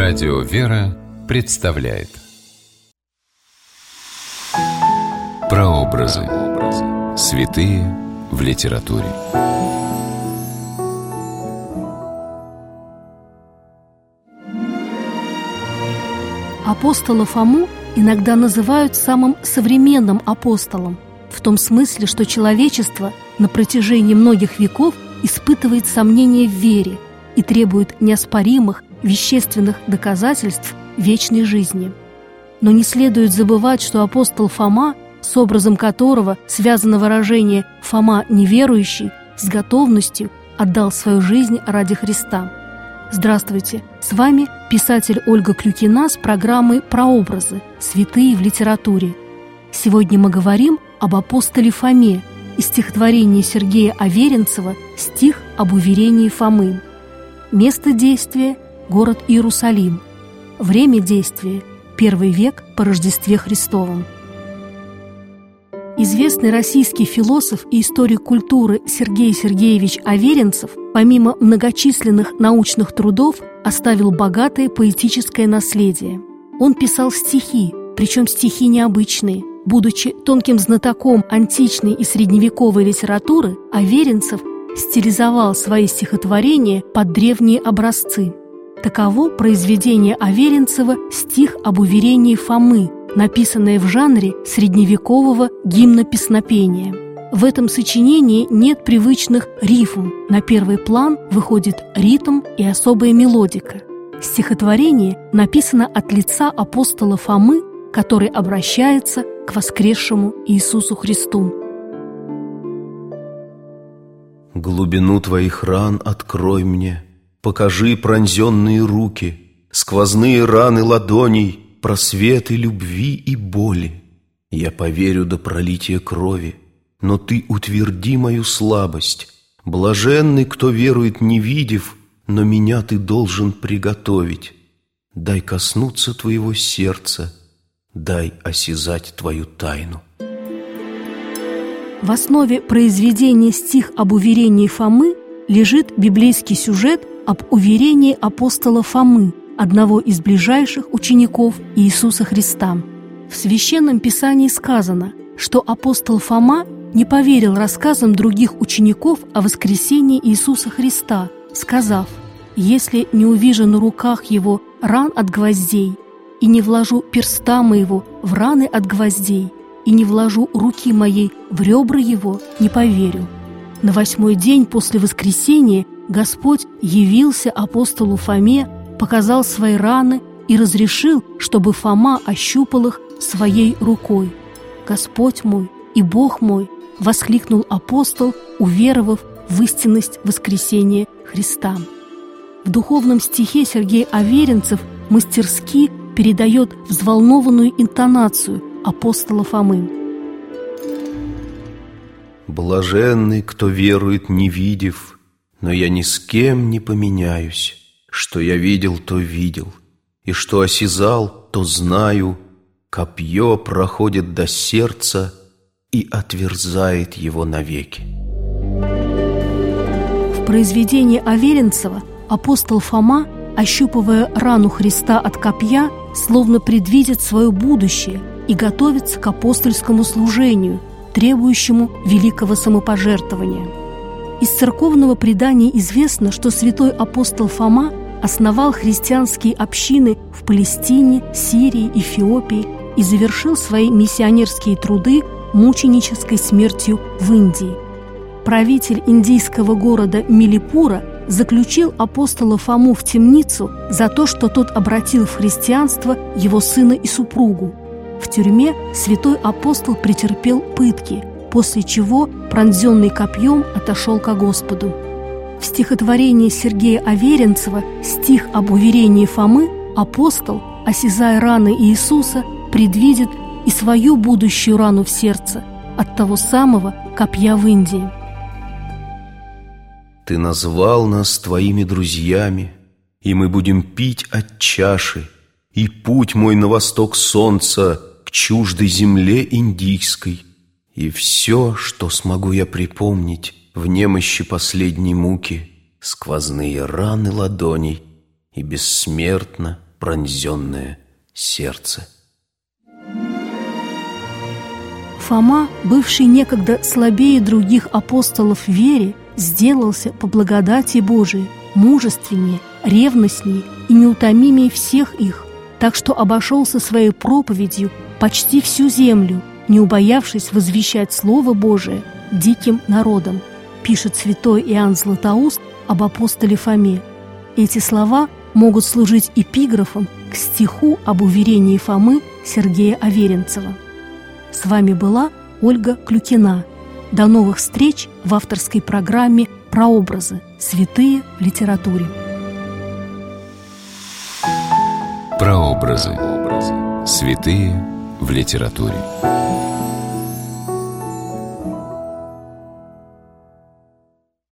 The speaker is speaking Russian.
Радио «Вера» представляет Прообразы. Святые в литературе. Апостола Фому иногда называют самым современным апостолом, в том смысле, что человечество на протяжении многих веков испытывает сомнения в вере и требует неоспоримых вещественных доказательств вечной жизни. Но не следует забывать, что апостол Фома, с образом которого связано выражение «Фома неверующий», с готовностью отдал свою жизнь ради Христа. Здравствуйте! С вами писатель Ольга Клюкина с программой «Прообразы. Святые в литературе». Сегодня мы говорим об апостоле Фоме из стихотворения Сергея Аверинцева «Стих об уверении Фомы». Место действия – город Иерусалим. Время действия – 1 век по Рождестве Христовом. Известный российский философ и историк культуры Сергей Сергеевич Аверинцев, помимо многочисленных научных трудов, оставил богатое поэтическое наследие. Он писал стихи, причем стихи необычные. Будучи тонким знатоком античной и средневековой литературы, Аверинцев стилизовал свои стихотворения под древние образцы. Таково произведение Аверинцева «Стих об уверении Фомы», написанное в жанре средневекового гимнопеснопения. В этом сочинении нет привычных рифм. На первый план выходит ритм и особая мелодика. Стихотворение написано от лица апостола Фомы, который обращается к воскресшему Иисусу Христу. Глубину твоих ран открой мне, покажи пронзенные руки, сквозные раны ладоней, просветы любви и боли. Я поверю до пролития крови, но ты утверди мою слабость. Блаженный, кто верует, не видев, но меня ты должен приготовить. Дай коснуться твоего сердца, дай осязать твою тайну. В основе произведения «Стих об уверении Фомы» лежит библейский сюжет об уверении апостола Фомы, одного из ближайших учеников Иисуса Христа. В Священном Писании сказано, что апостол Фома не поверил рассказам других учеников о воскресении Иисуса Христа, сказав: «Если не увижу на руках его ран от гвоздей, и не вложу перста моего в раны от гвоздей, и не вложу руки моей в ребра его, не поверю». На 8-й день после воскресения Господь явился апостолу Фоме, показал свои раны и разрешил, чтобы Фома ощупал их своей рукой. «Господь мой и Бог мой!» — воскликнул апостол, уверовав в истинность воскресения Христа. В духовном стихе Сергей Аверинцев мастерски передает взволнованную интонацию апостола Фомы. Блаженный, кто верует, не видев, но я ни с кем не поменяюсь. Что я видел, то видел, и что осязал, то знаю. Копье проходит до сердца и отверзает его навеки. В произведении Аверинцева апостол Фома, ощупывая рану Христа от копья, словно предвидит свое будущее и готовится к апостольскому служению, требующему великого самопожертвования. Из церковного предания известно, что святой апостол Фома основал христианские общины в Палестине, Сирии, Эфиопии и завершил свои миссионерские труды мученической смертью в Индии. Правитель индийского города Милипура заключил апостола Фому в темницу за то, что тот обратил в христианство его сына и супругу. В тюрьме святой апостол претерпел пытки, после чего, пронзенный копьем, отошел ко Господу. В стихотворении Сергея Аверинцева «Стих об уверении Фомы» апостол, осязая раны Иисуса, предвидит и свою будущую рану в сердце от того самого копья в Индии. Ты назвал нас твоими друзьями, и мы будем пить от чаши, и путь мой на восток солнца к чуждой земле индийской. И все, что смогу я припомнить в немощи последней муки, сквозные раны ладоней, и бессмертно пронзенное сердце. Фома, бывший некогда слабее других апостолов в вере, сделался по благодати Божией мужественнее, ревностнее и неутомимее всех их, так что обошелся своей проповедью почти всю землю, не убоявшись возвещать Слово Божие диким народам, пишет святой Иоанн Златоуст об апостоле Фоме. Эти слова могут служить эпиграфом к стиху об уверении Фомы Сергея Аверинцева. С вами была Ольга Клюкина. До новых встреч в авторской программе «Прообразы. Святые в литературе». Прообразы. Святые в литературе.